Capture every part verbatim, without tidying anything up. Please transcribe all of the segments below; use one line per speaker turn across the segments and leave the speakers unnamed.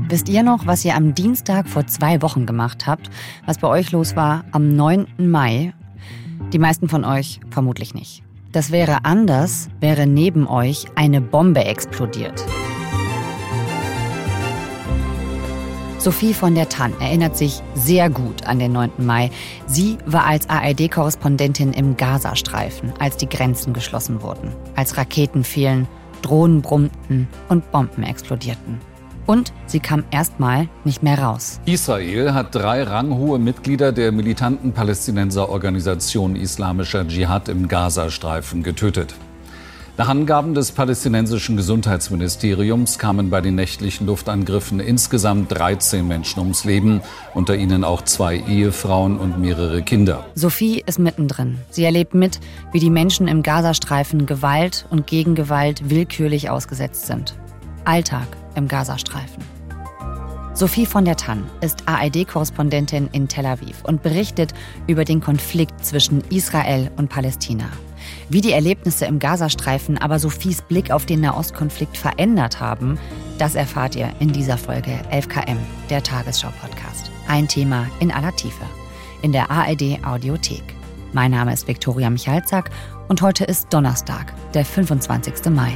Wisst ihr noch, was ihr am Dienstag vor zwei Wochen gemacht habt? Was bei euch los war am neunten Mai? Die meisten von euch vermutlich nicht. Das wäre anders, wäre neben euch eine Bombe explodiert. Sophie von der Tann erinnert sich sehr gut an den neunten Mai. Sie war als A R D-Korrespondentin im Gazastreifen, als die Grenzen geschlossen wurden, als Raketen fielen, Drohnen brummten und Bomben explodierten. Und sie kam erstmal nicht mehr raus.
Israel hat drei ranghohe Mitglieder der militanten Palästinenserorganisation Islamischer Dschihad im Gazastreifen getötet. Nach Angaben des palästinensischen Gesundheitsministeriums kamen bei den nächtlichen Luftangriffen insgesamt dreizehn Menschen ums Leben, unter ihnen auch zwei Ehefrauen und mehrere Kinder.
Sophie ist mittendrin. Sie erlebt mit, wie die Menschen im Gazastreifen Gewalt und Gegengewalt willkürlich ausgesetzt sind. Alltag im Gazastreifen. Sophie von der Tann ist A R D-Korrespondentin in Tel Aviv und berichtet über den Konflikt zwischen Israel und Palästina. Wie die Erlebnisse im Gazastreifen aber Sophies Blick auf den Nahostkonflikt verändert haben, das erfahrt ihr in dieser Folge elf K M, der Tagesschau-Podcast. Ein Thema in aller Tiefe, in der A R D-Audiothek. Mein Name ist Viktoria Michalzack und heute ist Donnerstag, der fünfundzwanzigsten Mai.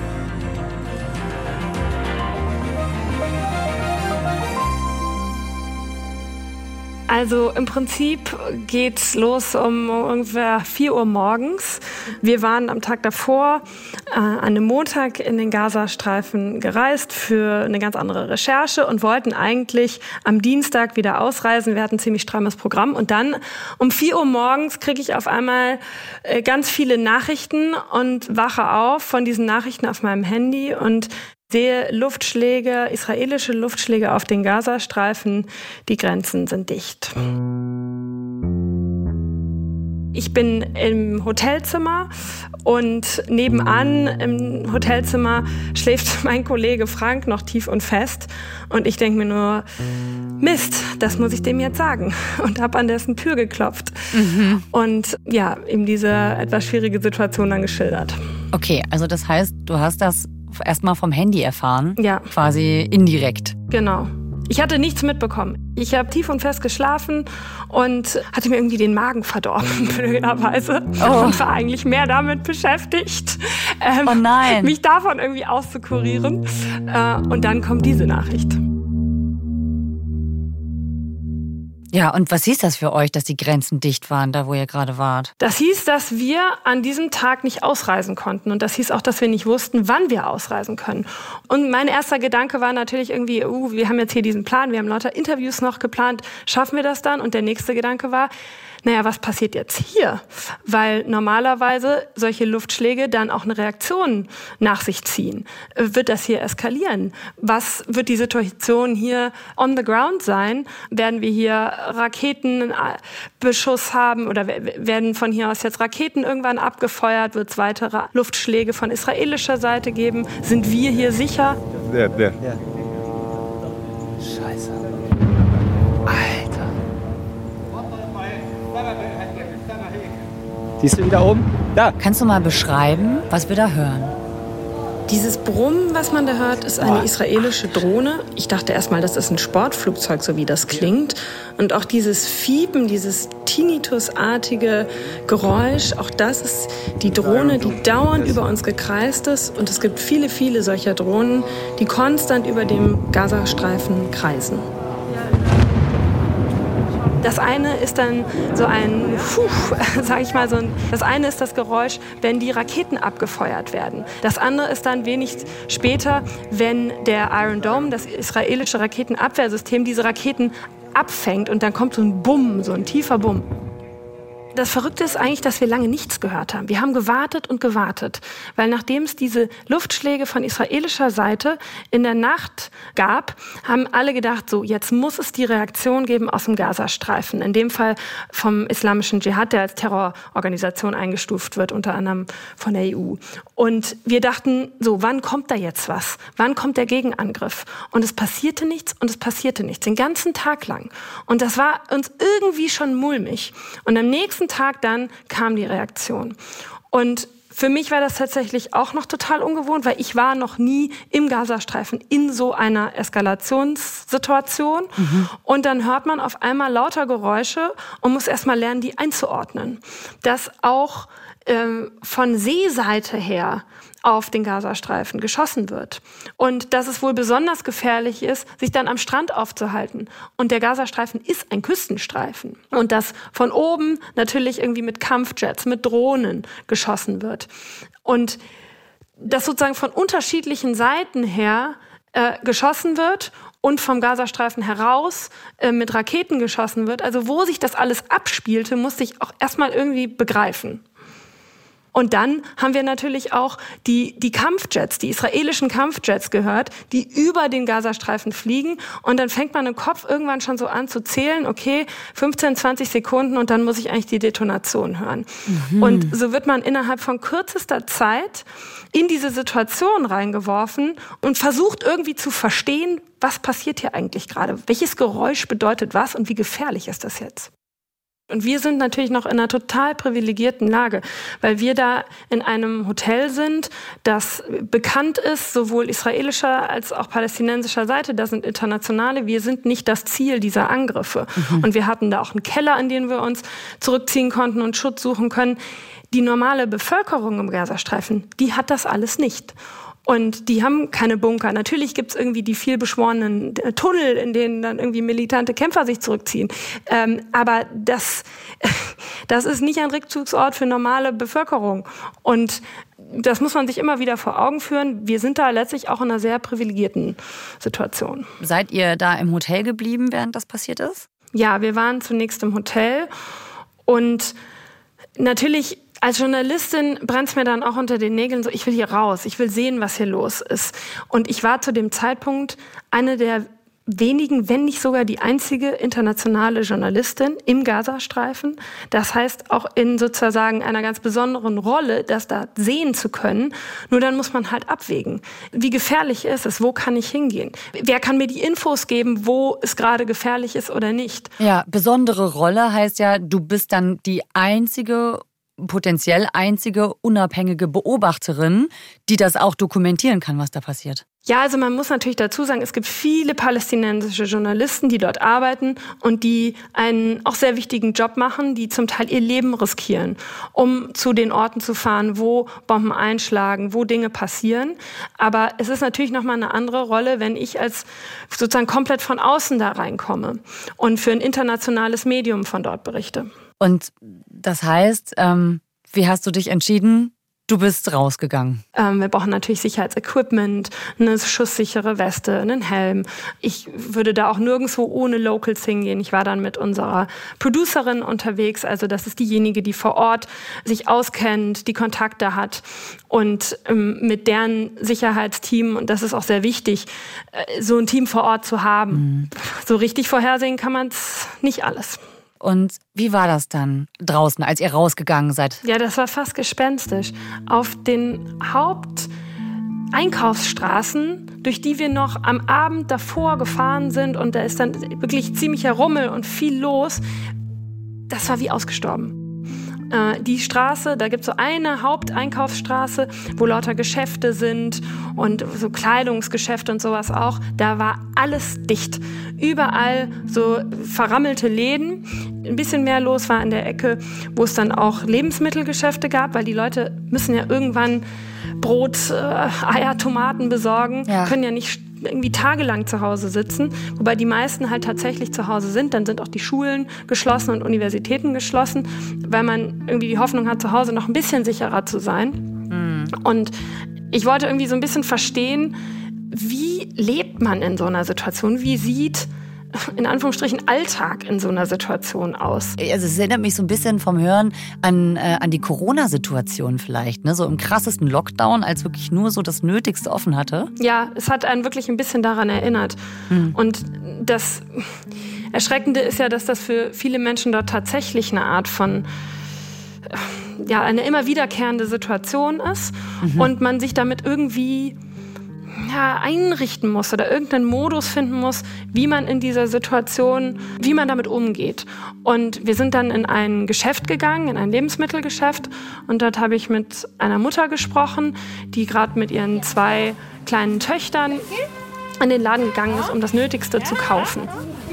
Also im Prinzip geht's los um ungefähr vier Uhr morgens. Wir waren am Tag davor, äh, an einem Montag, in den Gazastreifen gereist für eine ganz andere Recherche und wollten eigentlich am Dienstag wieder ausreisen. Wir hatten ein ziemlich strammes Programm. Und dann um vier Uhr morgens kriege ich auf einmal äh, ganz viele Nachrichten und wache auf von diesen Nachrichten auf meinem Handy und sehe Luftschläge, israelische Luftschläge auf den Gazastreifen. Die Grenzen sind dicht. Ich bin im Hotelzimmer und nebenan im Hotelzimmer schläft mein Kollege Frank noch tief und fest. Und ich denke mir nur, Mist, das muss ich dem jetzt sagen. Und habe an dessen Tür geklopft. Mhm. Und ja, ihm diese etwas schwierige Situation dann geschildert.
Okay, also das heißt, du hast das erstmal vom Handy erfahren,
ja. Quasi
indirekt.
Genau. Ich hatte nichts mitbekommen. Ich habe tief und fest geschlafen und hatte mir irgendwie den Magen verdorben, blöderweise. Oh. Und war eigentlich mehr damit beschäftigt, ähm,
oh nein.
mich davon irgendwie auszukurieren. Äh, und dann kommt diese Nachricht.
Ja, und was hieß das für euch, dass die Grenzen dicht waren, da wo ihr gerade wart?
Das hieß, dass wir an diesem Tag nicht ausreisen konnten. Und das hieß auch, dass wir nicht wussten, wann wir ausreisen können. Und mein erster Gedanke war natürlich irgendwie, uh, wir haben jetzt hier diesen Plan, wir haben lauter Interviews noch geplant, schaffen wir das dann? Und der nächste Gedanke war, naja, was passiert jetzt hier? Weil normalerweise solche Luftschläge dann auch eine Reaktion nach sich ziehen. Wird das hier eskalieren? Was wird die Situation hier on the ground sein? Werden wir hier Raketenbeschuss haben oder werden von hier aus jetzt Raketen irgendwann abgefeuert? Wird es weitere Luftschläge von israelischer Seite geben? Sind wir hier sicher?
Ja, ja.
Ja. Scheiße.
Siehst du wieder oben? Da.
Kannst du mal beschreiben, was wir da hören?
Dieses Brummen, was man da hört, ist eine israelische Drohne. Ich dachte erstmal, das ist ein Sportflugzeug, so wie das klingt. Und auch dieses Fiepen, dieses Tinnitusartige Geräusch, auch das ist die Drohne, die dauernd über uns gekreist ist. Und es gibt viele, viele solcher Drohnen, die konstant über dem Gazastreifen kreisen. Das eine ist dann so ein, puh, sag ich mal, so ein, das eine ist das Geräusch, wenn die Raketen abgefeuert werden. Das andere ist dann wenig später, wenn der Iron Dome, das israelische Raketenabwehrsystem, diese Raketen abfängt und dann kommt so ein Bumm, so ein tiefer Bumm. Das Verrückte ist eigentlich, dass wir lange nichts gehört haben. Wir haben gewartet und gewartet, weil nachdem es diese Luftschläge von israelischer Seite in der Nacht gab, haben alle gedacht, so jetzt muss es die Reaktion geben aus dem Gazastreifen. In dem Fall vom Islamischen Dschihad, der als Terrororganisation eingestuft wird, unter anderem von der E U. Und wir dachten, so wann kommt da jetzt was? Wann kommt der Gegenangriff? Und es passierte nichts und es passierte nichts, den ganzen Tag lang. Und das war uns irgendwie schon mulmig. Und am nächsten Tag dann kam die Reaktion. Und für mich war das tatsächlich auch noch total ungewohnt, weil ich war noch nie im Gazastreifen in so einer Eskalationssituation. Mhm. Und dann hört man auf einmal lauter Geräusche und muss erst mal lernen, die einzuordnen. Dass auch ähm, von Seeseite her auf den Gazastreifen geschossen wird. Und dass es wohl besonders gefährlich ist, sich dann am Strand aufzuhalten. Und der Gazastreifen ist ein Küstenstreifen. Und dass von oben natürlich irgendwie mit Kampfjets, mit Drohnen geschossen wird. Und dass sozusagen von unterschiedlichen Seiten her äh, geschossen wird und vom Gazastreifen heraus äh, mit Raketen geschossen wird. Also wo sich das alles abspielte, musste ich auch erstmal irgendwie begreifen. Und dann haben wir natürlich auch die, die Kampfjets, die israelischen Kampfjets gehört, die über den Gazastreifen fliegen. Und dann fängt man im Kopf irgendwann schon so an zu zählen, okay, fünfzehn, zwanzig Sekunden und dann muss ich eigentlich die Detonation hören. Mhm. Und so wird man innerhalb von kürzester Zeit in diese Situation reingeworfen und versucht irgendwie zu verstehen, was passiert hier eigentlich gerade? Welches Geräusch bedeutet was und wie gefährlich ist das jetzt? Und wir sind natürlich noch in einer total privilegierten Lage, weil wir da in einem Hotel sind, das bekannt ist, sowohl israelischer als auch palästinensischer Seite. Da sind Internationale. Wir sind nicht das Ziel dieser Angriffe. Mhm. Und wir hatten da auch einen Keller, in den wir uns zurückziehen konnten und Schutz suchen können. Die normale Bevölkerung im Gazastreifen, die hat das alles nicht. Und die haben keine Bunker. Natürlich gibt's irgendwie die vielbeschworenen Tunnel, in denen dann irgendwie militante Kämpfer sich zurückziehen. Ähm, aber das, das ist nicht ein Rückzugsort für normale Bevölkerung. Und das muss man sich immer wieder vor Augen führen. Wir sind da letztlich auch in einer sehr privilegierten Situation.
Seid ihr da im Hotel geblieben, während das passiert ist?
Ja, wir waren zunächst im Hotel. Und natürlich als Journalistin brennt es mir dann auch unter den Nägeln so, ich will hier raus, ich will sehen, was hier los ist. Und ich war zu dem Zeitpunkt eine der wenigen, wenn nicht sogar die einzige internationale Journalistin im Gazastreifen. Das heißt auch in sozusagen einer ganz besonderen Rolle, das da sehen zu können. Nur dann muss man halt abwägen. Wie gefährlich ist es? Wo kann ich hingehen? Wer kann mir die Infos geben, wo es gerade gefährlich ist oder nicht?
Ja, besondere Rolle heißt ja, du bist dann die einzige potenziell einzige unabhängige Beobachterin, die das auch dokumentieren kann, was da passiert.
Ja, also man muss natürlich dazu sagen, es gibt viele palästinensische Journalisten, die dort arbeiten und die einen auch sehr wichtigen Job machen, die zum Teil ihr Leben riskieren, um zu den Orten zu fahren, wo Bomben einschlagen, wo Dinge passieren. Aber es ist natürlich nochmal eine andere Rolle, wenn ich als sozusagen komplett von außen da reinkomme und für ein internationales Medium von dort berichte.
Und das heißt, ähm, wie hast du dich entschieden? Du bist rausgegangen.
Ähm, wir brauchen natürlich Sicherheitsequipment, eine schusssichere Weste, einen Helm. Ich würde da auch nirgendwo ohne Locals hingehen. Ich war dann mit unserer Producerin unterwegs. Also das ist diejenige, die vor Ort sich auskennt, die Kontakte hat und ähm, mit deren Sicherheitsteam, und das ist auch sehr wichtig, äh, so ein Team vor Ort zu haben. Mhm. So richtig vorhersehen kann man es nicht alles.
Und wie war das dann draußen, als ihr rausgegangen seid?
Ja, das war fast gespenstisch. Auf den Haupteinkaufsstraßen, durch die wir noch am Abend davor gefahren sind, und da ist dann wirklich ziemlicher Rummel und viel los, das war wie ausgestorben. Die Straße, da gibt es so eine Haupteinkaufsstraße, wo lauter Geschäfte sind und so Kleidungsgeschäfte und sowas auch. Da war alles dicht. Überall so verrammelte Läden. Ein bisschen mehr los war an der Ecke, wo es dann auch Lebensmittelgeschäfte gab, weil die Leute müssen ja irgendwann Brot, äh, Eier, Tomaten besorgen, ja. Können ja nicht irgendwie tagelang zu Hause sitzen, wobei die meisten halt tatsächlich zu Hause sind. Dann sind auch die Schulen geschlossen und Universitäten geschlossen, weil man irgendwie die Hoffnung hat, zu Hause noch ein bisschen sicherer zu sein. Mhm. Und ich wollte irgendwie so ein bisschen verstehen, wie lebt man in so einer Situation? Wie sieht in Anführungsstrichen Alltag in so einer Situation aus?
Also es erinnert mich so ein bisschen vom Hören an, äh, an die Corona-Situation vielleicht, ne? So im krassesten Lockdown, als wirklich nur so das Nötigste offen hatte.
Ja, es hat einen wirklich ein bisschen daran erinnert. Hm. Und das Erschreckende ist ja, dass das für viele Menschen dort tatsächlich eine Art von, ja, eine immer wiederkehrende Situation ist, mhm. und man sich damit irgendwie ja, einrichten muss oder irgendeinen Modus finden muss, wie man in dieser Situation, wie man damit umgeht. Und wir sind dann in ein Geschäft gegangen, in ein Lebensmittelgeschäft. Und dort habe ich mit einer Mutter gesprochen, die gerade mit ihren zwei kleinen Töchtern in den Laden gegangen ist, um das Nötigste zu kaufen.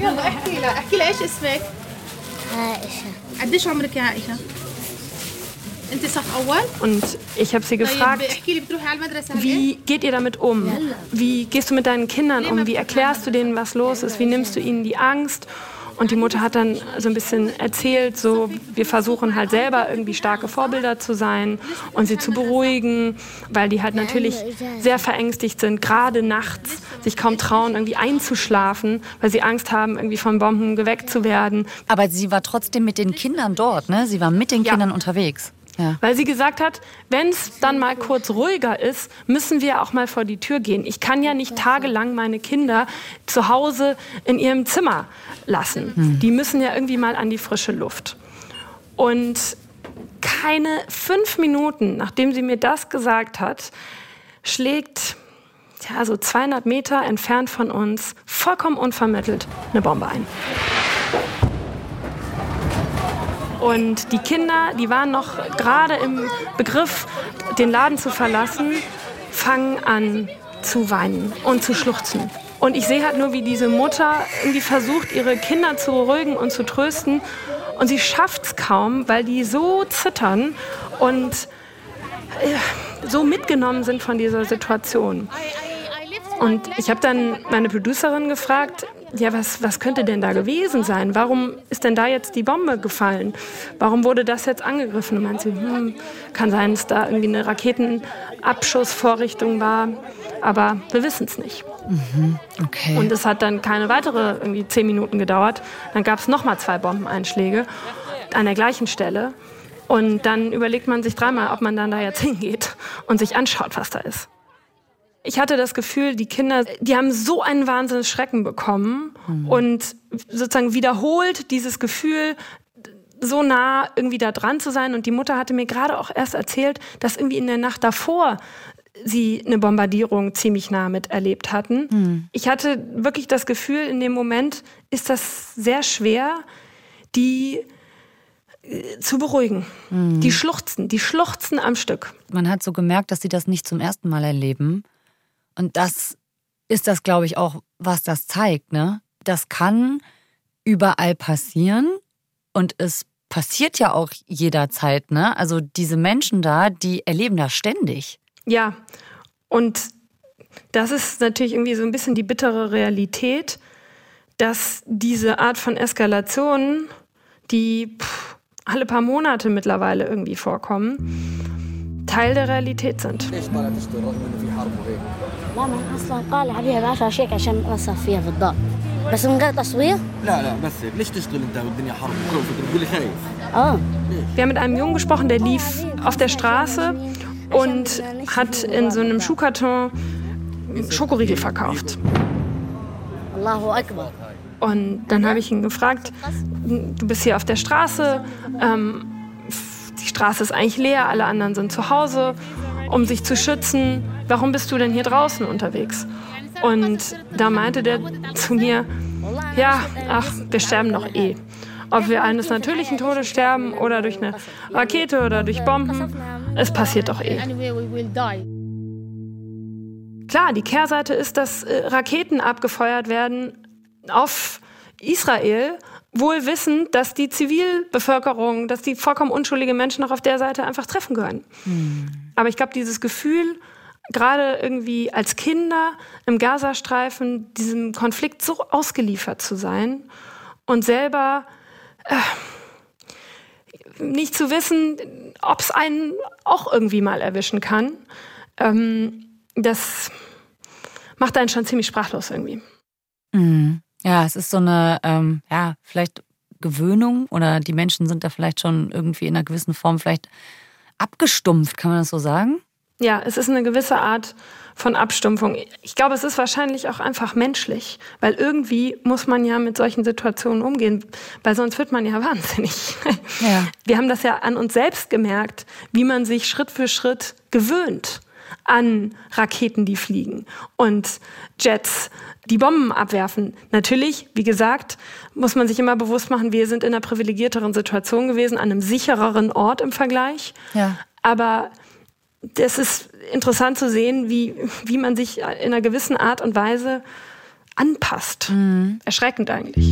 Und ich habe sie gefragt, wie geht ihr damit um? Wie gehst du mit deinen Kindern um? Wie erklärst du denen, was los ist? Wie nimmst du ihnen die Angst? Und die Mutter hat dann so ein bisschen erzählt, so, wir versuchen halt selber irgendwie starke Vorbilder zu sein und sie zu beruhigen, weil die halt natürlich sehr verängstigt sind, gerade nachts, sich kaum trauen, irgendwie einzuschlafen, weil sie Angst haben, irgendwie von Bomben geweckt zu werden.
Aber sie war trotzdem mit den Kindern dort, ne? Sie war mit den Kindern ja. unterwegs. Ja.
Weil sie gesagt hat, wenn es dann mal kurz ruhiger ist, müssen wir auch mal vor die Tür gehen. Ich kann ja nicht tagelang meine Kinder zu Hause in ihrem Zimmer lassen. Hm. Die müssen ja irgendwie mal an die frische Luft. Und keine fünf Minuten, nachdem sie mir das gesagt hat, schlägt ja, so zweihundert Meter entfernt von uns vollkommen unvermittelt eine Bombe ein. Und die Kinder, die waren noch gerade im Begriff, den Laden zu verlassen, fangen an zu weinen und zu schluchzen. Und ich sehe halt nur, wie diese Mutter irgendwie versucht, ihre Kinder zu beruhigen und zu trösten. Und sie schafft es kaum, weil die so zittern und so mitgenommen sind von dieser Situation. Und ich habe dann meine Producerin gefragt, ja, was, was könnte denn da gewesen sein? Warum ist denn da jetzt die Bombe gefallen? Warum wurde das jetzt angegriffen? Und meinte sie, hm, kann sein, dass da irgendwie eine Raketenabschussvorrichtung war, aber wir wissen es nicht.
Mhm, okay.
Und es hat dann keine weitere irgendwie zehn Minuten gedauert. Dann gab es nochmal zwei Bombeneinschläge an der gleichen Stelle. Und dann überlegt man sich dreimal, ob man dann da jetzt hingeht und sich anschaut, was da ist. Ich hatte das Gefühl, die Kinder, die haben so einen Wahnsinnsschrecken bekommen mhm. und sozusagen wiederholt dieses Gefühl, so nah irgendwie da dran zu sein. Und die Mutter hatte mir gerade auch erst erzählt, dass irgendwie in der Nacht davor sie eine Bombardierung ziemlich nah miterlebt hatten. Mhm. Ich hatte wirklich das Gefühl, in dem Moment ist das sehr schwer, die zu beruhigen. Mhm. Die schluchzen, die schluchzen am Stück.
Man hat so gemerkt, dass sie das nicht zum ersten Mal erleben. Und das ist das, glaube ich, auch, was das zeigt, ne? Das kann überall passieren und es passiert ja auch jederzeit, ne? Also diese Menschen da, die erleben das ständig.
Ja, und das ist natürlich irgendwie so ein bisschen die bittere Realität, dass diese Art von Eskalation, die pff, alle paar Monate mittlerweile irgendwie vorkommen, Teil der Realität sind.
ماما اصلا قال عليها بعشر شيك عشان نصف فيها في الدار بس من غير تصوير لا لا بس ليش تشتغل انت والدنيا حرب تقول لي خايف اه
Wir haben mit einem Jungen gesprochen, der lief auf der Straße und hat in so einem Schuhkarton Schokoriegel verkauft.
Allahu Akbar.
Und dann habe ich ihn gefragt, du bist hier auf der Straße, ähm, die Straße ist eigentlich leer, alle anderen sind zu Hause, um sich zu schützen. Warum bist du denn hier draußen unterwegs? Und da meinte der zu mir, ja, ach, wir sterben doch eh. Ob wir eines natürlichen Todes sterben oder durch eine Rakete oder durch Bomben, es passiert doch eh. Klar, die Kehrseite ist, dass Raketen abgefeuert werden auf Israel, wohl wissend, dass die Zivilbevölkerung, dass die vollkommen unschuldige Menschen auch auf der Seite einfach treffen können. Hm. Aber ich glaube, dieses Gefühl, gerade irgendwie als Kinder im Gazastreifen diesem Konflikt so ausgeliefert zu sein und selber äh, nicht zu wissen, ob es einen auch irgendwie mal erwischen kann, ähm, das macht einen schon ziemlich sprachlos irgendwie.
Mhm. Ja, es ist so eine, ähm, ja, vielleicht Gewöhnung oder die Menschen sind da vielleicht schon irgendwie in einer gewissen Form vielleicht abgestumpft, kann man das so sagen?
Ja, es ist eine gewisse Art von Abstumpfung. Ich glaube, es ist wahrscheinlich auch einfach menschlich, weil irgendwie muss man ja mit solchen Situationen umgehen, weil sonst wird man ja wahnsinnig. Ja. Wir haben das ja an uns selbst gemerkt, wie man sich Schritt für Schritt gewöhnt an Raketen, die fliegen und Jets, die Bomben abwerfen. Natürlich, wie gesagt, muss man sich immer bewusst machen, wir sind in einer privilegierteren Situation gewesen, an einem sichereren Ort im Vergleich. Ja. Aber das ist interessant zu sehen, wie, wie man sich in einer gewissen Art und Weise anpasst. Mhm. Erschreckend eigentlich.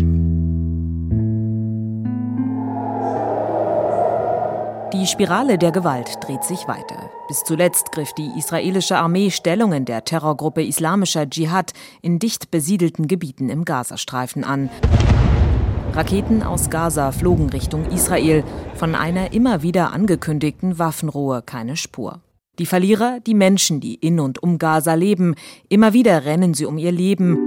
Die Spirale der Gewalt dreht sich weiter. Bis zuletzt griff die israelische Armee Stellungen der Terrorgruppe Islamischer Dschihad in dicht besiedelten Gebieten im Gazastreifen an. Raketen aus Gaza flogen Richtung Israel. Von einer immer wieder angekündigten Waffenruhe keine Spur. Die Verlierer, die Menschen, die in und um Gaza leben. Immer wieder rennen sie um ihr Leben.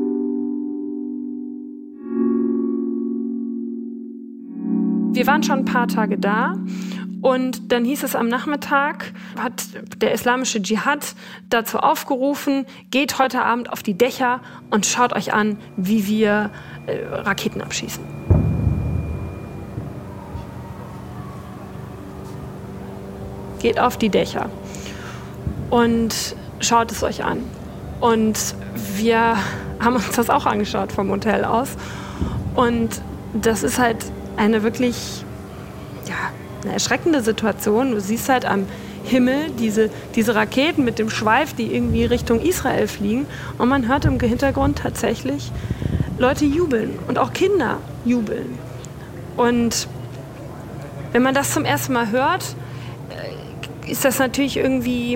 Wir waren schon ein paar Tage da und dann hieß es am Nachmittag, hat der Islamische Dschihad dazu aufgerufen, geht heute Abend auf die Dächer und schaut euch an, wie wir äh, Raketen abschießen. Geht auf die Dächer und schaut es euch an. Und wir haben uns das auch angeschaut vom Hotel aus. Und das ist halt eine wirklich, ja, eine erschreckende Situation. Du siehst halt am Himmel diese, diese Raketen mit dem Schweif, die irgendwie Richtung Israel fliegen. Und man hört im Hintergrund tatsächlich Leute jubeln und auch Kinder jubeln. Und wenn man das zum ersten Mal hört, ist das natürlich irgendwie,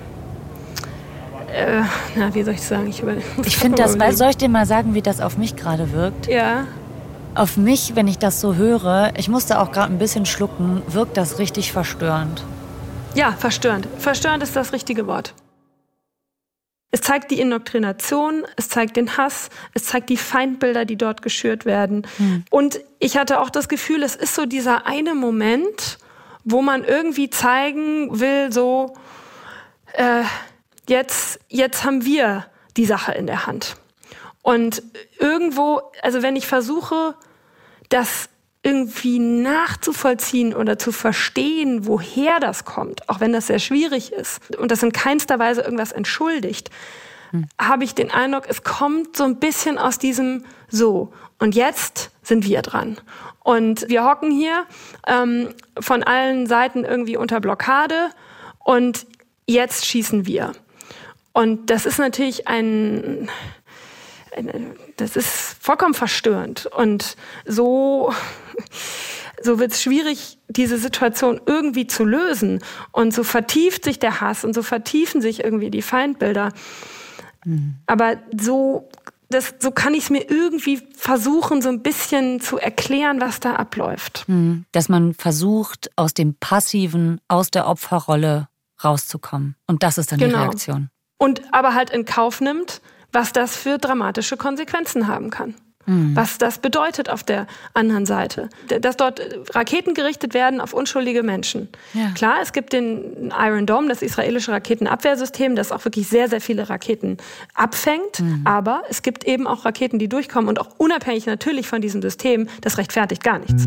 äh, na, wie soll ich sagen? Ich,
ich finde das, weil, soll ich dir mal sagen, wie das auf mich gerade wirkt?
Ja.
Auf mich, wenn ich das so höre, ich musste auch gerade ein bisschen schlucken, wirkt das richtig verstörend.
Ja, verstörend. Verstörend ist das richtige Wort. Es zeigt die Indoktrination, es zeigt den Hass, es zeigt die Feindbilder, die dort geschürt werden. Hm. Und ich hatte auch das Gefühl, es ist so dieser eine Moment, wo man irgendwie zeigen will, so, äh, jetzt, jetzt haben wir die Sache in der Hand. Und irgendwo, also wenn ich versuche, das irgendwie nachzuvollziehen oder zu verstehen, woher das kommt, auch wenn das sehr schwierig ist und das in keinster Weise irgendwas entschuldigt, hm. habe ich den Eindruck, es kommt so ein bisschen aus diesem so. Und jetzt sind wir dran. Und wir hocken hier ähm, von allen Seiten irgendwie unter Blockade und jetzt schießen wir. Und das ist natürlich ein... Das ist vollkommen verstörend. Und so, so wird es schwierig, diese Situation irgendwie zu lösen. Und so vertieft sich der Hass und so vertiefen sich irgendwie die Feindbilder. Mhm. Aber so, das, so kann ich es mir irgendwie versuchen, so ein bisschen zu erklären, was da abläuft.
Mhm. Dass man versucht, aus dem Passiven, aus der Opferrolle rauszukommen. Und das ist dann genau. die Reaktion.
Und aber halt in Kauf nimmt, was das für dramatische Konsequenzen haben kann. Mhm. Was das bedeutet auf der anderen Seite. Dass dort Raketen gerichtet werden auf unschuldige Menschen. Ja. Klar, es gibt den Iron Dome, das israelische Raketenabwehrsystem, das auch wirklich sehr, sehr viele Raketen abfängt. Mhm. Aber es gibt eben auch Raketen, die durchkommen. Und auch unabhängig natürlich von diesem System, das rechtfertigt gar nichts.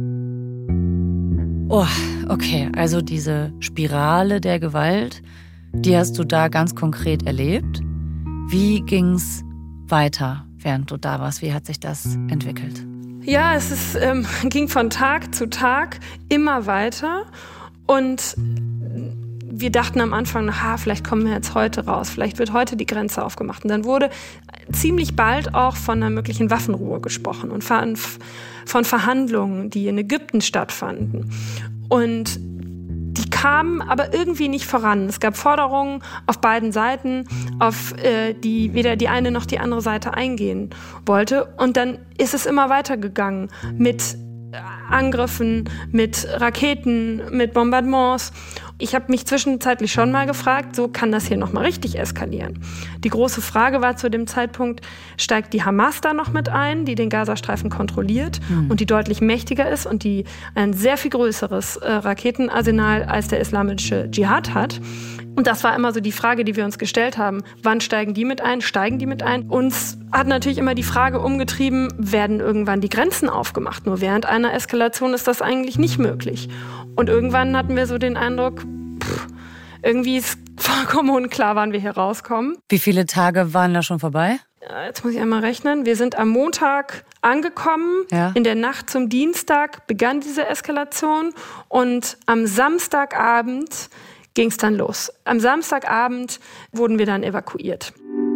Oh, okay. Also diese Spirale der Gewalt, die hast du da ganz konkret erlebt. Wie ging's weiter, während du da warst? Wie hat sich das entwickelt?
Ja, es ist, ähm, ging von Tag zu Tag immer weiter. Und wir dachten am Anfang, na, vielleicht kommen wir jetzt heute raus. Vielleicht wird heute die Grenze aufgemacht. Und dann wurde ziemlich bald auch von einer möglichen Waffenruhe gesprochen und von Verhandlungen, die in Ägypten stattfanden. Und die kamen aber irgendwie nicht voran. Es gab Forderungen auf beiden Seiten, auf äh, die weder die eine noch die andere Seite eingehen wollte. Und dann ist es immer weitergegangen mit Angriffen, mit Raketen, mit Bombardements. Ich habe mich zwischenzeitlich schon mal gefragt, so kann das hier nochmal richtig eskalieren. Die große Frage war zu dem Zeitpunkt, steigt die Hamas da noch mit ein, die den Gazastreifen kontrolliert mhm. und die deutlich mächtiger ist und die ein sehr viel größeres äh, Raketenarsenal als der Islamische Dschihad hat. Und das war immer so die Frage, die wir uns gestellt haben. Wann steigen die mit ein? Steigen die mit ein? Uns hat natürlich immer die Frage umgetrieben, werden irgendwann die Grenzen aufgemacht? Nur während einer Eskalation ist das eigentlich nicht möglich. Und irgendwann hatten wir so den Eindruck, pff, irgendwie ist vollkommen unklar, wann wir hier rauskommen.
Wie viele Tage waren da schon vorbei?
Jetzt muss ich einmal rechnen. Wir sind am Montag angekommen. Ja. In der Nacht zum Dienstag begann diese Eskalation. Und am Samstagabend ging es dann los. Am Samstagabend wurden wir dann evakuiert.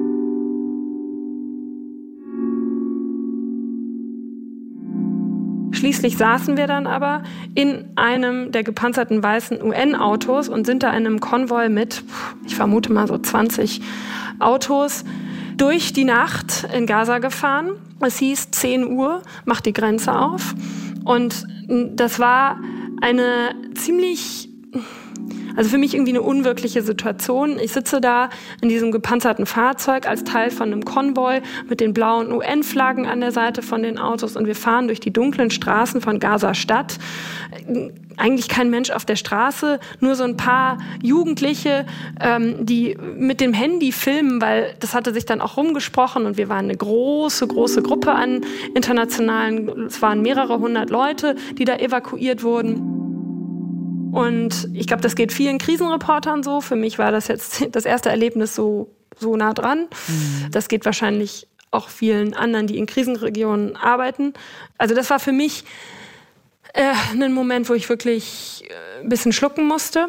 Schließlich saßen wir dann aber in einem der gepanzerten weißen U N-Autos und sind da in einem Konvoi mit, ich vermute mal so zwanzig Autos, durch die Nacht in Gaza gefahren. Es hieß, zehn Uhr macht die Grenze auf. Und das war eine ziemlich, also für mich irgendwie eine unwirkliche Situation. Ich sitze da in diesem gepanzerten Fahrzeug als Teil von einem Konvoi mit den blauen U N-Flaggen an der Seite von den Autos und wir fahren durch die dunklen Straßen von Gaza-Stadt. Eigentlich kein Mensch auf der Straße, nur so ein paar Jugendliche, ähm, die mit dem Handy filmen, weil das hatte sich dann auch rumgesprochen und wir waren eine große, große Gruppe an internationalen, es waren mehrere hundert Leute, die da evakuiert wurden. Und ich glaube, das geht vielen Krisenreportern so. Für mich war das jetzt das erste Erlebnis so, so nah dran. Mhm. Das geht wahrscheinlich auch vielen anderen, die in Krisenregionen arbeiten. Also das war für mich äh, ein Moment, wo ich wirklich äh, ein bisschen schlucken musste.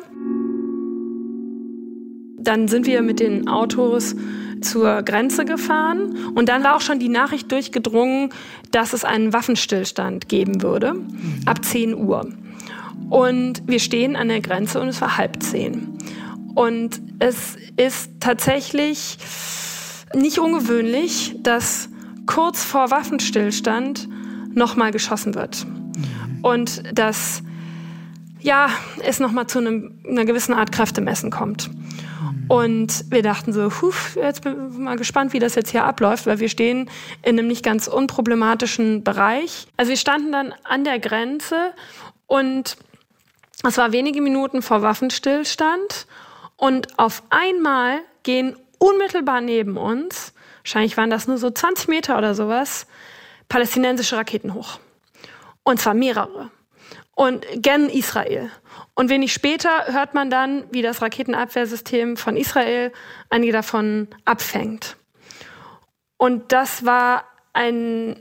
Dann sind wir mit den Autos zur Grenze gefahren und dann war auch schon die Nachricht durchgedrungen, dass es einen Waffenstillstand geben würde, mhm. ab zehn Uhr. Und wir stehen an der Grenze und es war halb zehn. Und es ist tatsächlich nicht ungewöhnlich, dass kurz vor Waffenstillstand nochmal geschossen wird. Und dass ja, es nochmal zu einem, einer gewissen Art Kräftemessen kommt. Und wir dachten so, huf, jetzt bin ich mal gespannt, wie das jetzt hier abläuft, weil wir stehen in einem nicht ganz unproblematischen Bereich. Also wir standen dann an der Grenze und es war wenige Minuten vor Waffenstillstand und auf einmal gehen unmittelbar neben uns, wahrscheinlich waren das nur so zwanzig Meter oder sowas, palästinensische Raketen hoch. Und zwar mehrere. Und gen Israel. Und wenig später hört man dann, wie das Raketenabwehrsystem von Israel einige davon abfängt. Und das war ein,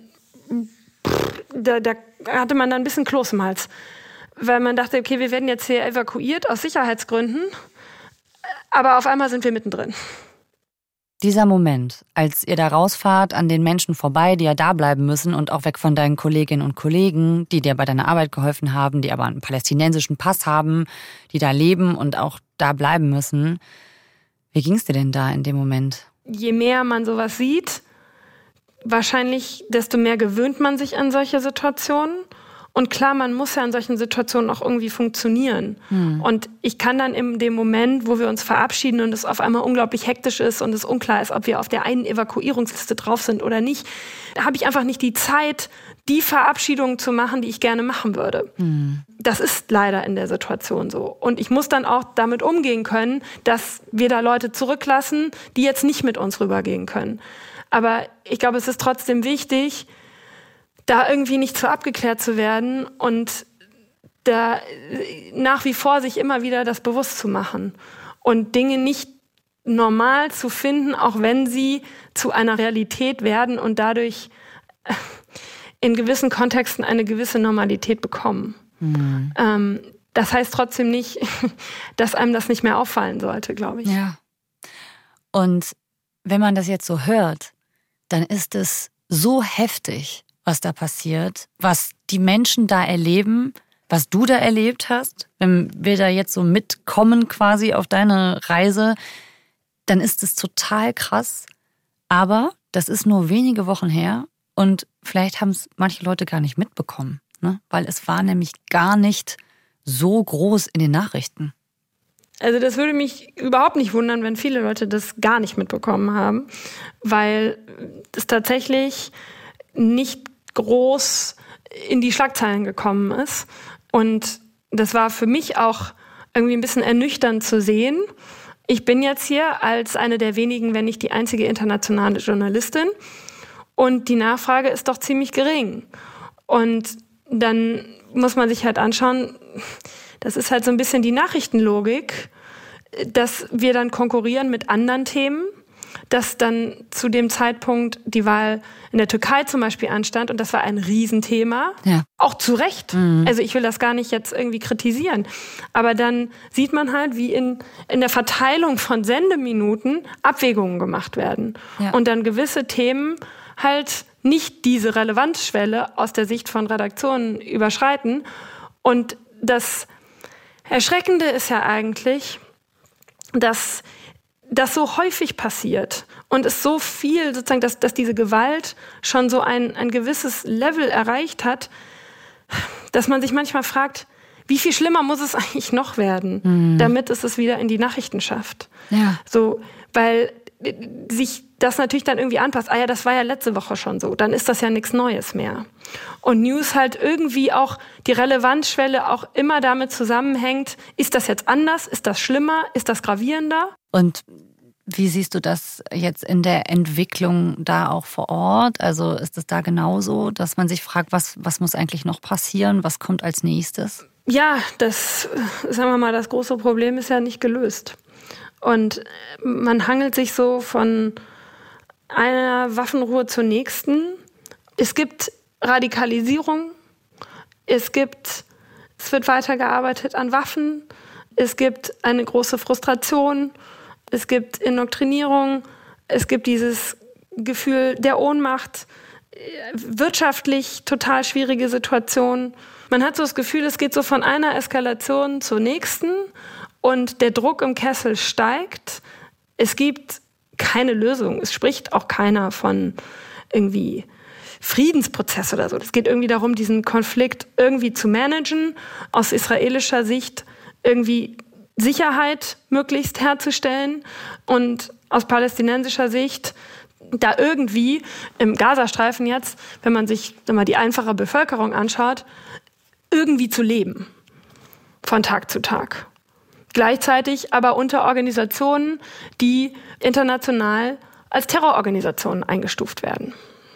da, da hatte man dann ein bisschen Kloß im Hals. Weil man dachte, okay, wir werden jetzt hier evakuiert aus Sicherheitsgründen, aber auf einmal sind wir mittendrin.
Dieser Moment, als ihr da rausfahrt, an den Menschen vorbei, die ja da bleiben müssen und auch weg von deinen Kolleginnen und Kollegen, die dir bei deiner Arbeit geholfen haben, die aber einen palästinensischen Pass haben, die da leben und auch da bleiben müssen. Wie ging es dir denn da in dem Moment?
Je mehr man sowas sieht, wahrscheinlich desto mehr gewöhnt man sich an solche Situationen. Und klar, man muss ja in solchen Situationen auch irgendwie funktionieren. Hm. Und ich kann dann in dem Moment, wo wir uns verabschieden und es auf einmal unglaublich hektisch ist und es unklar ist, ob wir auf der einen Evakuierungsliste drauf sind oder nicht, da habe ich einfach nicht die Zeit, die Verabschiedungen zu machen, die ich gerne machen würde. Hm. Das ist leider in der Situation so. Und ich muss dann auch damit umgehen können, dass wir da Leute zurücklassen, die jetzt nicht mit uns rübergehen können. Aber ich glaube, es ist trotzdem wichtig, da irgendwie nicht zu abgeklärt zu werden und da nach wie vor sich immer wieder das bewusst zu machen und Dinge nicht normal zu finden, auch wenn sie zu einer Realität werden und dadurch in gewissen Kontexten eine gewisse Normalität bekommen. Mhm. Ähm, das heißt trotzdem nicht, dass einem das nicht mehr auffallen sollte, glaube ich.
Ja. Und wenn man das jetzt so hört, dann ist es so heftig, was da passiert, was die Menschen da erleben, was du da erlebt hast. Wenn wir da jetzt so mitkommen quasi auf deine Reise, dann ist es total krass. Aber das ist nur wenige Wochen her und vielleicht haben es manche Leute gar nicht mitbekommen, ne? Weil es war nämlich gar nicht so groß in den Nachrichten.
Also das würde mich überhaupt nicht wundern, wenn viele Leute das gar nicht mitbekommen haben, weil es tatsächlich nicht groß in die Schlagzeilen gekommen ist. Und das war für mich auch irgendwie ein bisschen ernüchternd zu sehen. Ich bin jetzt hier als eine der wenigen, wenn nicht die einzige internationale Journalistin. Und die Nachfrage ist doch ziemlich gering. Und dann muss man sich halt anschauen, das ist halt so ein bisschen die Nachrichtenlogik. dass wir dann konkurrieren mit anderen Themen, dass dann zu dem Zeitpunkt die Wahl in der Türkei zum Beispiel anstand und das war ein Riesenthema, ja. Auch zu Recht. Mhm. Also ich will das gar nicht jetzt irgendwie kritisieren, aber dann sieht man halt, wie in, in der Verteilung von Sendeminuten Abwägungen gemacht werden ja. Und dann gewisse Themen halt nicht diese Relevanzschwelle aus der Sicht von Redaktionen überschreiten. Und das Erschreckende ist ja eigentlich, dass das so häufig passiert und es so viel, sozusagen, dass, dass diese Gewalt schon so ein, ein gewisses Level erreicht hat, dass man sich manchmal fragt, wie viel schlimmer muss es eigentlich noch werden, mhm. damit es es wieder in die Nachrichten schafft. Ja. So, weil sich das natürlich dann irgendwie anpasst. Ah ja, das war ja letzte Woche schon so. Dann ist das ja nichts Neues mehr. Und News halt irgendwie auch die Relevanzschwelle auch immer damit zusammenhängt, ist das jetzt anders? Ist das schlimmer? Ist das gravierender?
Und wie siehst du das jetzt in der Entwicklung da auch vor Ort? Also ist es da genauso, dass man sich fragt, was, was muss eigentlich noch passieren? Was kommt als nächstes?
Ja, das, sagen wir mal, das große Problem ist ja nicht gelöst. Und man hangelt sich so von einer Waffenruhe zur nächsten. Es gibt Radikalisierung, es gibt, es wird weitergearbeitet an Waffen, es gibt eine große Frustration, es gibt Indoktrinierung, es gibt dieses Gefühl der Ohnmacht, wirtschaftlich total schwierige Situation. Man hat so das Gefühl, es geht so von einer Eskalation zur nächsten. Und der Druck im Kessel steigt. Es gibt keine Lösung. Es spricht auch keiner von irgendwie Friedensprozess oder so. Es geht irgendwie darum, diesen Konflikt irgendwie zu managen, aus israelischer Sicht irgendwie Sicherheit möglichst herzustellen und aus palästinensischer Sicht da irgendwie im Gazastreifen jetzt, wenn man sich wenn man die einfache Bevölkerung anschaut, irgendwie zu leben. Von Tag zu Tag. Gleichzeitig aber unter Organisationen, die international als Terrororganisationen eingestuft werden.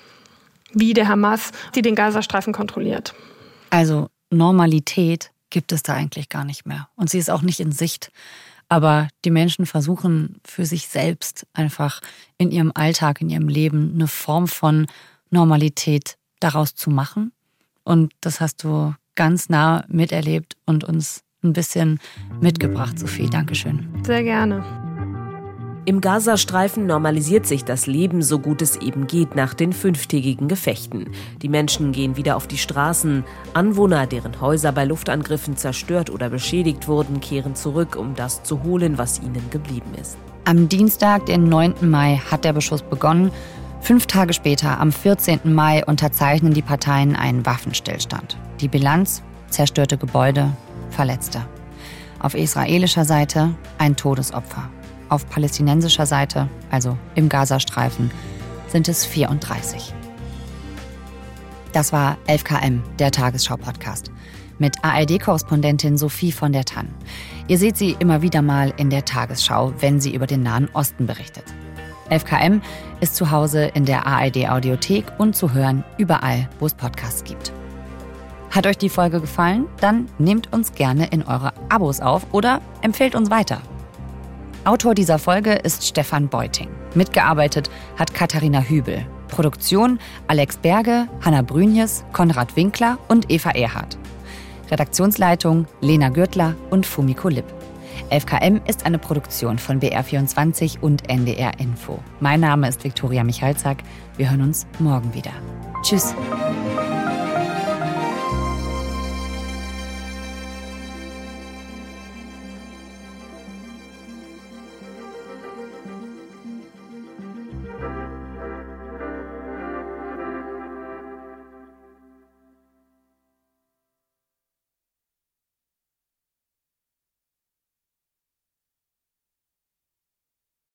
Wie der Hamas, die den Gazastreifen kontrolliert.
Also Normalität gibt es da eigentlich gar nicht mehr. Und sie ist auch nicht in Sicht. Aber die Menschen versuchen für sich selbst einfach in ihrem Alltag, in ihrem Leben eine Form von Normalität daraus zu machen. Und das hast du ganz nah miterlebt und uns ein bisschen mitgebracht, Sophie. Dankeschön.
Sehr gerne.
Im Gazastreifen normalisiert sich das Leben, so gut es eben geht, nach den fünftägigen Gefechten. Die Menschen gehen wieder auf die Straßen. Anwohner, deren Häuser bei Luftangriffen zerstört oder beschädigt wurden, kehren zurück, um das zu holen, was ihnen geblieben ist.
Am Dienstag, den neunten Mai, hat der Beschuss begonnen. Fünf Tage später, am vierzehnten Mai, unterzeichnen die Parteien einen Waffenstillstand. Die Bilanz: zerstörte Gebäude, Verletzte. Auf israelischer Seite ein Todesopfer. Auf palästinensischer Seite, also im Gazastreifen, sind es vierunddreißig. Das war elf K M, der Tagesschau-Podcast. Mit A R D-Korrespondentin Sophie von der Tann. Ihr seht sie immer wieder mal in der Tagesschau, wenn sie über den Nahen Osten berichtet. elf K M ist zu Hause in der A R D-Audiothek und zu hören überall, wo es Podcasts gibt. Hat euch die Folge gefallen? Dann nehmt uns gerne in eure Abos auf oder empfehlt uns weiter. Autor dieser Folge ist Stefan Beuting. Mitgearbeitet hat Katharina Hübel. Produktion Alex Berge, Hanna Brünjes, Konrad Winkler und Eva Erhardt. Redaktionsleitung Lena Gürtler und Fumiko Lipp. elf K M ist eine Produktion von B R vierundzwanzig und N D R Info. Mein Name ist Viktoria Michalzack. Wir hören uns morgen wieder. Tschüss.